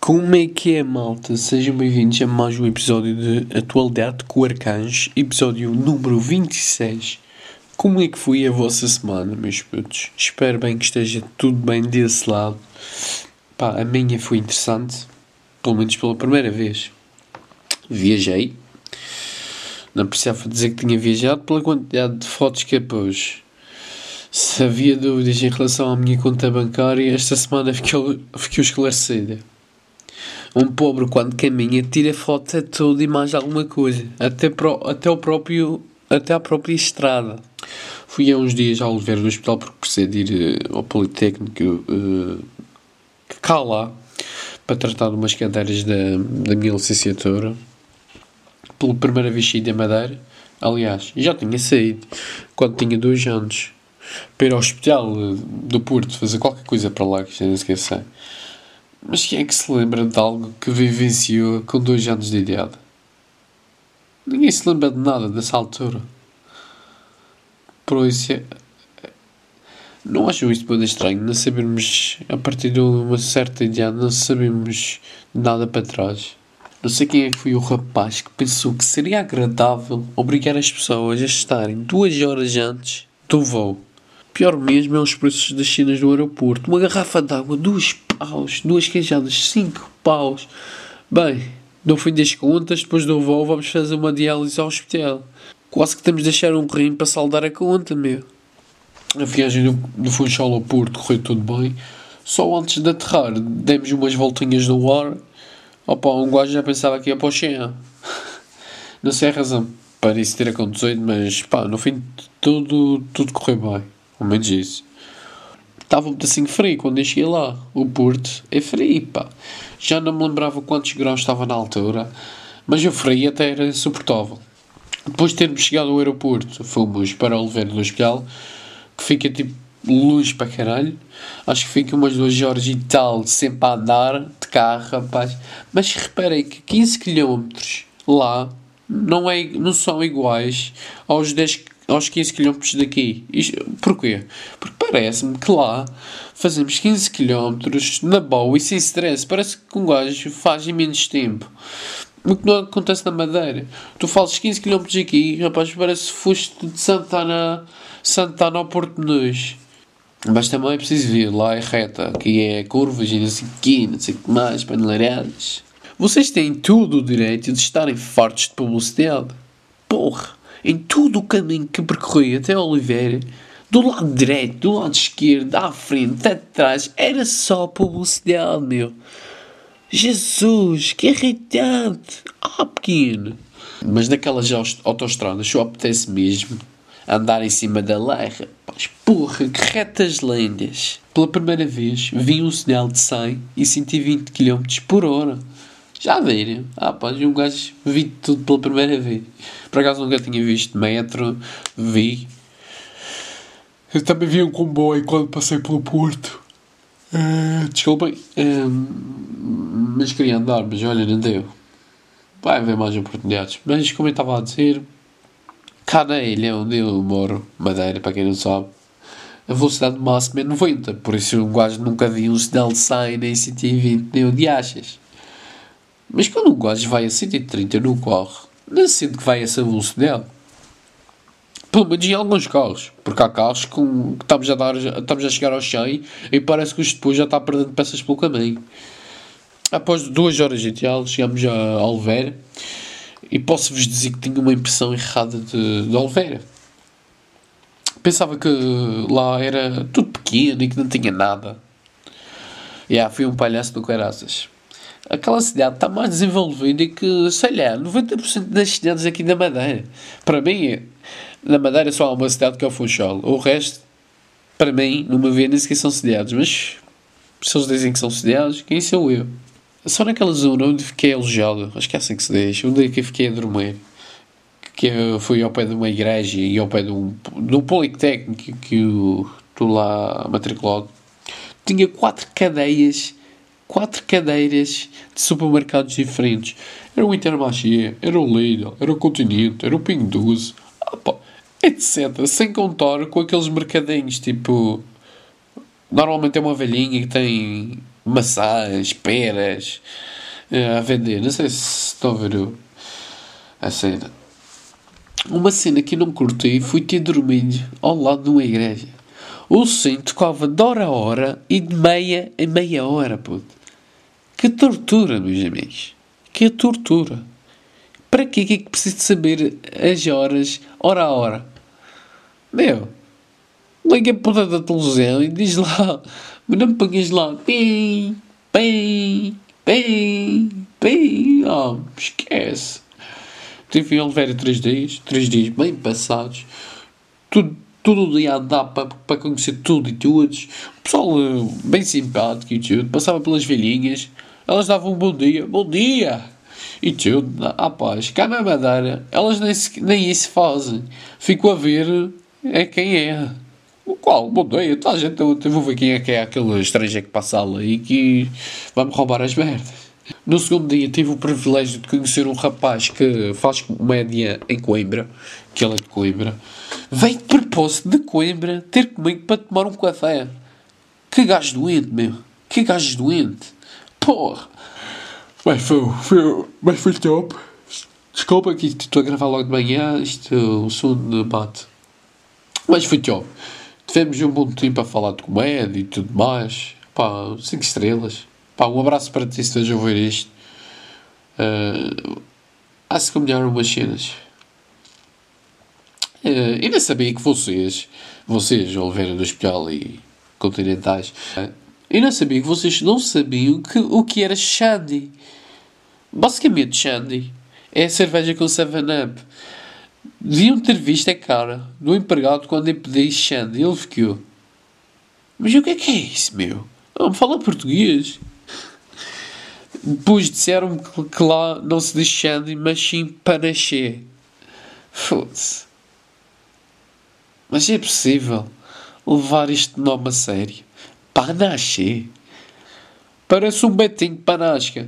Como é que é, malta? Sejam bem-vindos a mais um episódio de Atualidade com o Arcanjo, episódio número 26. Como é que foi a vossa semana, meus putos? Espero bem que esteja tudo bem desse lado. Pá, a minha foi interessante, pelo menos pela primeira vez. Viajei. Não precisava dizer que tinha viajado pela quantidade de fotos que pus. Se havia dúvidas em relação à minha conta bancária, esta semana ficou esclarecida. Um pobre, quando caminha, tira foto a tudo e mais alguma coisa. Até a própria estrada. Fui há uns dias ao Oliveira do hospital porque precisei de ir ao Politécnico cá lá para tratar de umas cadeiras da minha licenciatura. Pela primeira vez saí da Madeira. Aliás, já tinha saído quando tinha 2 anos para ir ao hospital do Porto fazer qualquer coisa para lá, que já nem sequer sei. Mas quem é que se lembra de algo que vivenciou com 2 anos de idade? Ninguém se lembra de nada dessa altura. Por isso, não acham isto muito estranho? Não sabemos, a partir de uma certa idade, não sabemos nada para trás. Não sei quem é que foi o rapaz que pensou que seria agradável obrigar as pessoas a estarem 2 horas antes do voo. Pior mesmo é os preços das cenas do aeroporto. Uma garrafa de água, 2 paus. 2 queijadas, 5 paus. Bem, no fim das contas, depois do voo, vamos fazer uma diálise ao hospital. Quase que temos de deixar um rim para saldar a conta, meu. A viagem do Funchal ao Porto correu tudo bem. Só antes de aterrar, demos umas voltinhas no ar. Opa, um gajo já pensava que ia para o chão. Não sei a razão para isso ter acontecido, mas pá, no fim tudo correu bem. Ao menos isso. Estava muito assim frio quando eu cheguei lá. O Porto é frio, pá. Já não me lembrava quantos graus estava na altura, mas o frio até era suportável. Depois de termos chegado ao aeroporto, fomos para o Oliveira do Hospital, que fica tipo longe para caralho. Acho que fica umas 2 horas e tal, sempre a andar de carro, rapaz. Mas reparei que 15 km lá não são iguais aos 15 km daqui. Porquê? Porque parece-me que lá fazemos 15 km na boa e sem stress. Parece que um gajo faz em menos tempo. O que não acontece na Madeira. Tu fazes 15 km aqui, rapaz, parece que foste de Santana ao Porto de Nunes. Mas também é preciso ver, lá é reta, aqui é curvas e não sei o que mais, paneleiradas. Vocês têm todo o direito de estarem fartos de publicidade. Porra, em todo o caminho que percorri até Oliveira, do lado direito, do lado esquerdo, à frente, atrás, era só publicidade, meu. Jesus, que irritante. Pequeno. Mas naquelas autoestradas só apetece mesmo andar em cima da lei, rapaz. Porra, que retas lendas. Pela primeira vez vi um sinal de 100 e 120 km por hora. Já viram? Pá, um gajo vi tudo pela primeira vez. Por acaso nunca tinha visto metro. Vi. Eu também vi um comboio quando passei pelo Porto. Desculpem. Mas queria andar, mas olha, não deu. Vai haver mais oportunidades. Mas como eu estava a dizer, cá na ilha onde eu moro, Madeira, para quem não sabe, a velocidade máxima é 90. Por isso um gajo nunca viu um sinal de 100, nem 120, nem o de achas. Mas quando um gajo vai a 130 no carro, não sente que vai a essa velocidade. Pelo menos em alguns carros. Porque há carros que estamos a chegar ao 100 e parece que os depois já está perdendo peças pelo caminho. Após 2 horas de tal, chegamos a Oliveira e posso-vos dizer que tinha uma impressão errada de Oliveira. Pensava que lá era tudo pequeno e que não tinha nada. Fui um palhaço do caraças. Aquela cidade está mais desenvolvida que, sei lá, 90% das cidades aqui da Madeira. Para mim, na Madeira só há uma cidade que é o Funchal. O resto, para mim, não me vê nem sequer são cidades. Mas se eles dizem que são cidades, quem sou eu? Só naquela zona onde fiquei alojado, acho que é assim que se diz, onde é que eu fiquei a dormir, que eu fui ao pé de uma igreja e ao pé de um Politécnico que eu estou lá matriculado, tinha 4 cadeiras de supermercados diferentes. Era o Intermarché, era o Lidl, era o Continente, era o Pingo Doce, etc. Sem contar com aqueles mercadinhos, tipo, normalmente é uma velhinha que tem maçãs, peras, a vender. Não sei se estão a ver a cena. Uma cena que eu não curti foi ter dormido ao lado de uma igreja. O sino tocava de hora a hora e de meia em meia hora, puto. Que tortura, meus amigos. Que tortura. Para quê? Que é que preciso de saber as horas, hora a hora? Meu, liga a puta da televisão e diz lá, mas não me ponhas lá, pim, pim, pim, pim. Oh, esquece. Tive em Oliveira 3 dias bem passados. Tudo o dia a dar para conhecer tudo e todos. O pessoal bem simpático e tudo. Passava pelas velhinhas. Elas davam um bom dia. Bom dia! E tudo. Ah, paz. Cá na Madeira, elas nem isso fazem. Fico a ver quem é. O qual? Bom dia. Tá, gente, eu vou ver quem é aquele estrangeiro que passa ali que vai-me roubar as merdas. No segundo dia tive o privilégio de conhecer um rapaz que faz comédia em Coimbra, que ele é de Coimbra. Veio de propósito de Coimbra ter comigo para tomar um café. Que gajo doente, meu. Que gajo doente. Porra. Mas foi top. Desculpa que estou a gravar logo de manhã, o som de bate. Mas foi top. Tivemos um bom tempo a falar de comédia e tudo mais. Pá, 5 estrelas. Pá, um abraço para ti se estás a ouvir isto. Acho que melhoraram umas cenas. Eu nem sabia que vocês, Oliveira do Espial e Continentais, eu não sabia que vocês não sabiam o que era Shandy. Basicamente, Shandy é a cerveja com 7-Up. Deviam ter visto a cara do empregado quando eu pedi Shandy. Ele ficou: mas o que é isso, meu? Não fala português. Depois disseram-me que lá não se diz Shandy, mas sim Panaché. Foda-se. Mas é possível levar este nome a sério? Panaché? Parece um Betinho de Panasca.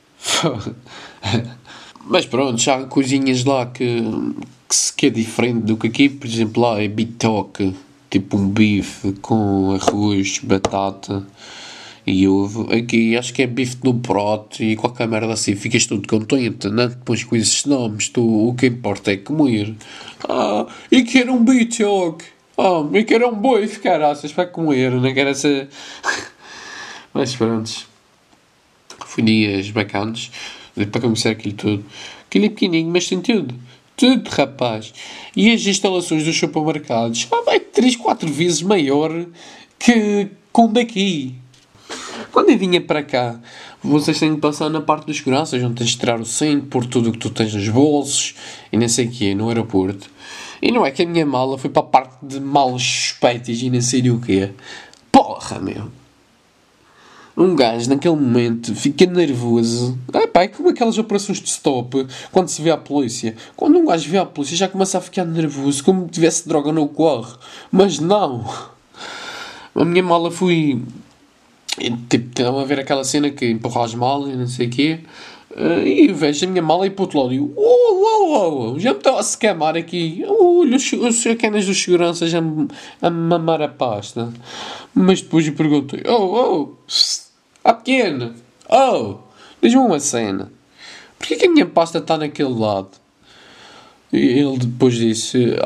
Mas pronto, já há coisinhas lá que é diferente do que aqui. Por exemplo, lá é bitoque, tipo um bife com arroz, batata e ovo. Aqui acho que é bife no prato e qualquer merda assim. Ficas tudo contente, né? Depois com esses nomes, o que importa é comer. E que era um bitoque. E que era um bife, caraças, para comer. Não quero essa... Mas pronto. Fui dias bacanas para conhecer aquilo tudo. Aquilo é pequenininho, mas tem tudo. Tudo, rapaz. E as instalações dos supermercados vai 3, 4 vezes maior que com daqui. Quando eu vinha para cá, vocês têm de passar na parte dos seguranças, onde tens de tirar o cinto, pôr tudo o que tu tens nos bolsos e não sei o quê, no aeroporto. E não é que a minha mala foi para a parte de malas suspeitas e não sei o quê. Porra, meu. Um gajo, naquele momento, fica nervoso. É como aquelas operações de stop, quando se vê a polícia. Quando um gajo vê a polícia, já começa a ficar nervoso, como se tivesse droga no corre. Mas não. A minha mala foi... Tipo, estão a ver aquela cena que empurra as malas e não sei o quê. E vejo a minha mala e para o outro lado e já me estão a se queimar aqui. Os canas dos seguranças a mamar a pasta. Mas depois eu perguntei: pequeno, diz-me uma cena. Porquê que a minha pasta está naquele lado? E ele depois disse: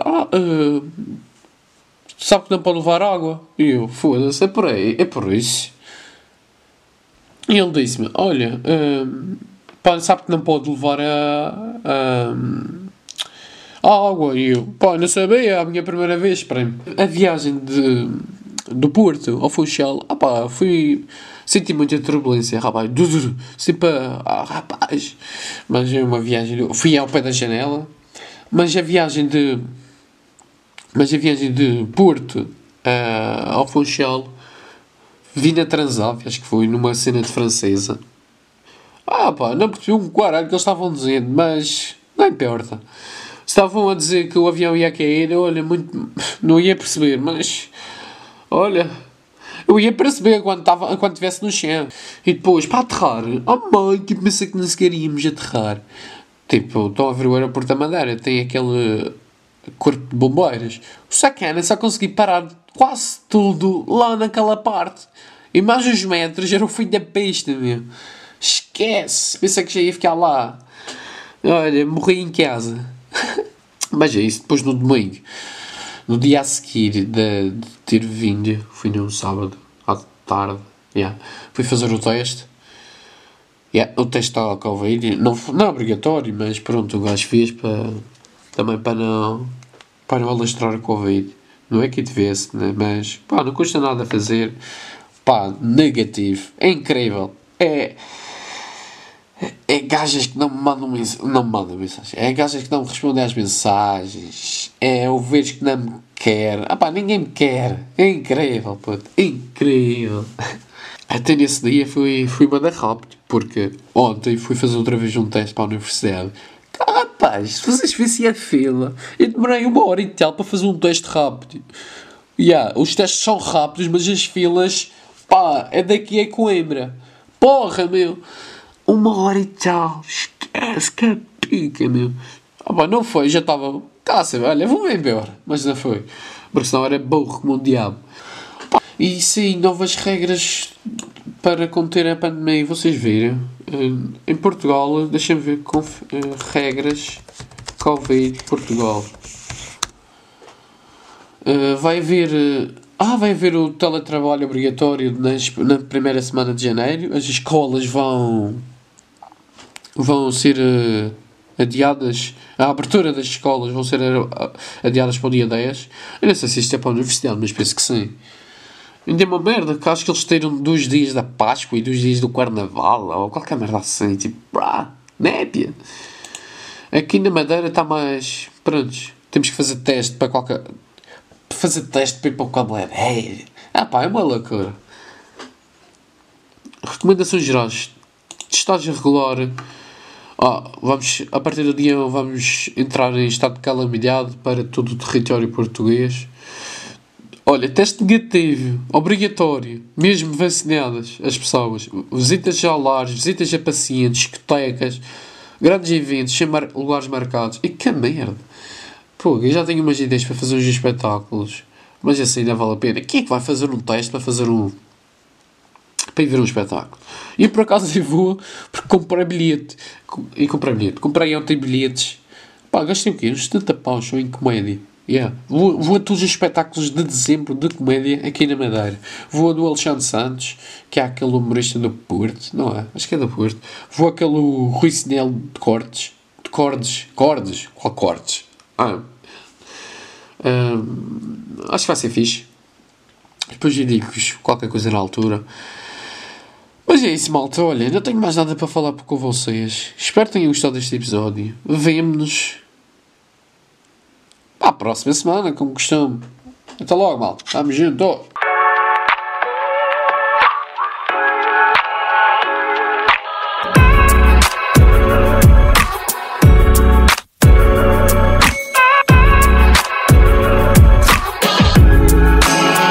sabe que não pode levar água? E eu: foda-se, é por aí, é por isso. E ele disse-me: olha, sabe que não pode levar a água. E eu: não sabia, é a minha primeira vez. A viagem do Porto ao Funchal, senti muita turbulência, rapaz. Sempre, rapaz. Mas é uma viagem, fui ao pé da janela. Mas a viagem de Porto ao Funchal, vi na Transávia, acho que foi, numa cena de francesa. Não percebi um caralho que eles estavam dizendo, mas não importa. Estavam a dizer que o avião ia cair, olha, não ia perceber, mas olha, eu ia perceber quando estivesse no chão. E depois, para aterrar, mãe, que pensei que não sequer íamos aterrar. Tipo, estão a ver o aeroporto da Madeira, tem aquele corpo de bombeiros. O sacana só consegui parar quase tudo lá naquela parte. E mais uns metros era o fim da pista, meu. Esquece. Pensei que já ia ficar lá. Olha, morri em casa. Mas é isso. Depois no domingo, no dia a seguir de ter vindo, fui num sábado, à tarde, yeah, fui fazer o teste. Yeah, o teste está ao Covid. Não é obrigatório, mas pronto, o gajo fez também para não alastrar o Covid. Não é que tivesse, né? Mas pá, não custa nada fazer. Pá, negativo. É incrível. É gajas que não me mandam mensagem. É gajas que não me respondem às mensagens. É ovelhas que não me quer. Ah pá, ninguém me quer. É incrível, puto. Incrível. Até nesse dia fui mandar rápido. Porque ontem fui fazer outra vez um teste para a universidade. Rapaz, se vocês vissem a fila, eu demorei 1 hora e tal para fazer um teste rápido. Os testes são rápidos, mas as filas, pá, é daqui a Coimbra. Porra, meu. 1 hora e tal. Esquece, que pica, meu. Pá, não foi, já estava... Caça, olha, vou-me embora. Mas não foi. Porque senão era burro como um diabo. Pá, e sim, novas regras para conter a pandemia. Vocês viram? Em Portugal, deixem-me ver, regras Covid Portugal. Vai haver o teletrabalho obrigatório na primeira semana de janeiro. As escolas vão ser adiadas. A abertura das escolas vão ser adiadas para o dia 10. Eu não sei se isto é para a universidade, mas penso que sim. Ainda é uma merda, que acho que eles tiram 2 dias da Páscoa e 2 dias do Carnaval, ou qualquer merda assim, tipo, népia. Aqui na Madeira está mais... Prontos, temos que fazer teste para qualquer... Fazer teste para ir para o cabeleireiro. É uma loucura. Recomendações gerais. Estágio regular. A partir do dia vamos entrar em estado de calamidade para todo o território português. Olha, teste negativo, obrigatório, mesmo vacinadas as pessoas. Visitas a lares, visitas a pacientes, discotecas, grandes eventos, sem lugares marcados. E que merda! Pô, eu já tenho umas ideias para fazer uns espetáculos, mas assim não vale a pena. Quem é que vai fazer um teste para ir ver um espetáculo? E por acaso eu vou, porque comprei bilhete. Comprei ontem bilhetes. Pá, gastei o quê? Uns 70 paus só em comédia. Vou a todos os espetáculos de dezembro de comédia aqui na Madeira. Vou a do Alexandre Santos, que é aquele humorista do Porto, não é? Acho que é do Porto. Vou àquele Rui Sinel de Cortes. Cordes? Qual Cortes? Acho que vai ser fixe. Depois eu digo-vos qualquer coisa na altura. Mas é isso, malta. Olha, não tenho mais nada para falar com vocês. Espero que tenham gostado deste episódio. Vemo-nos para a próxima semana, como costume. Até logo, malta. Estamos juntos.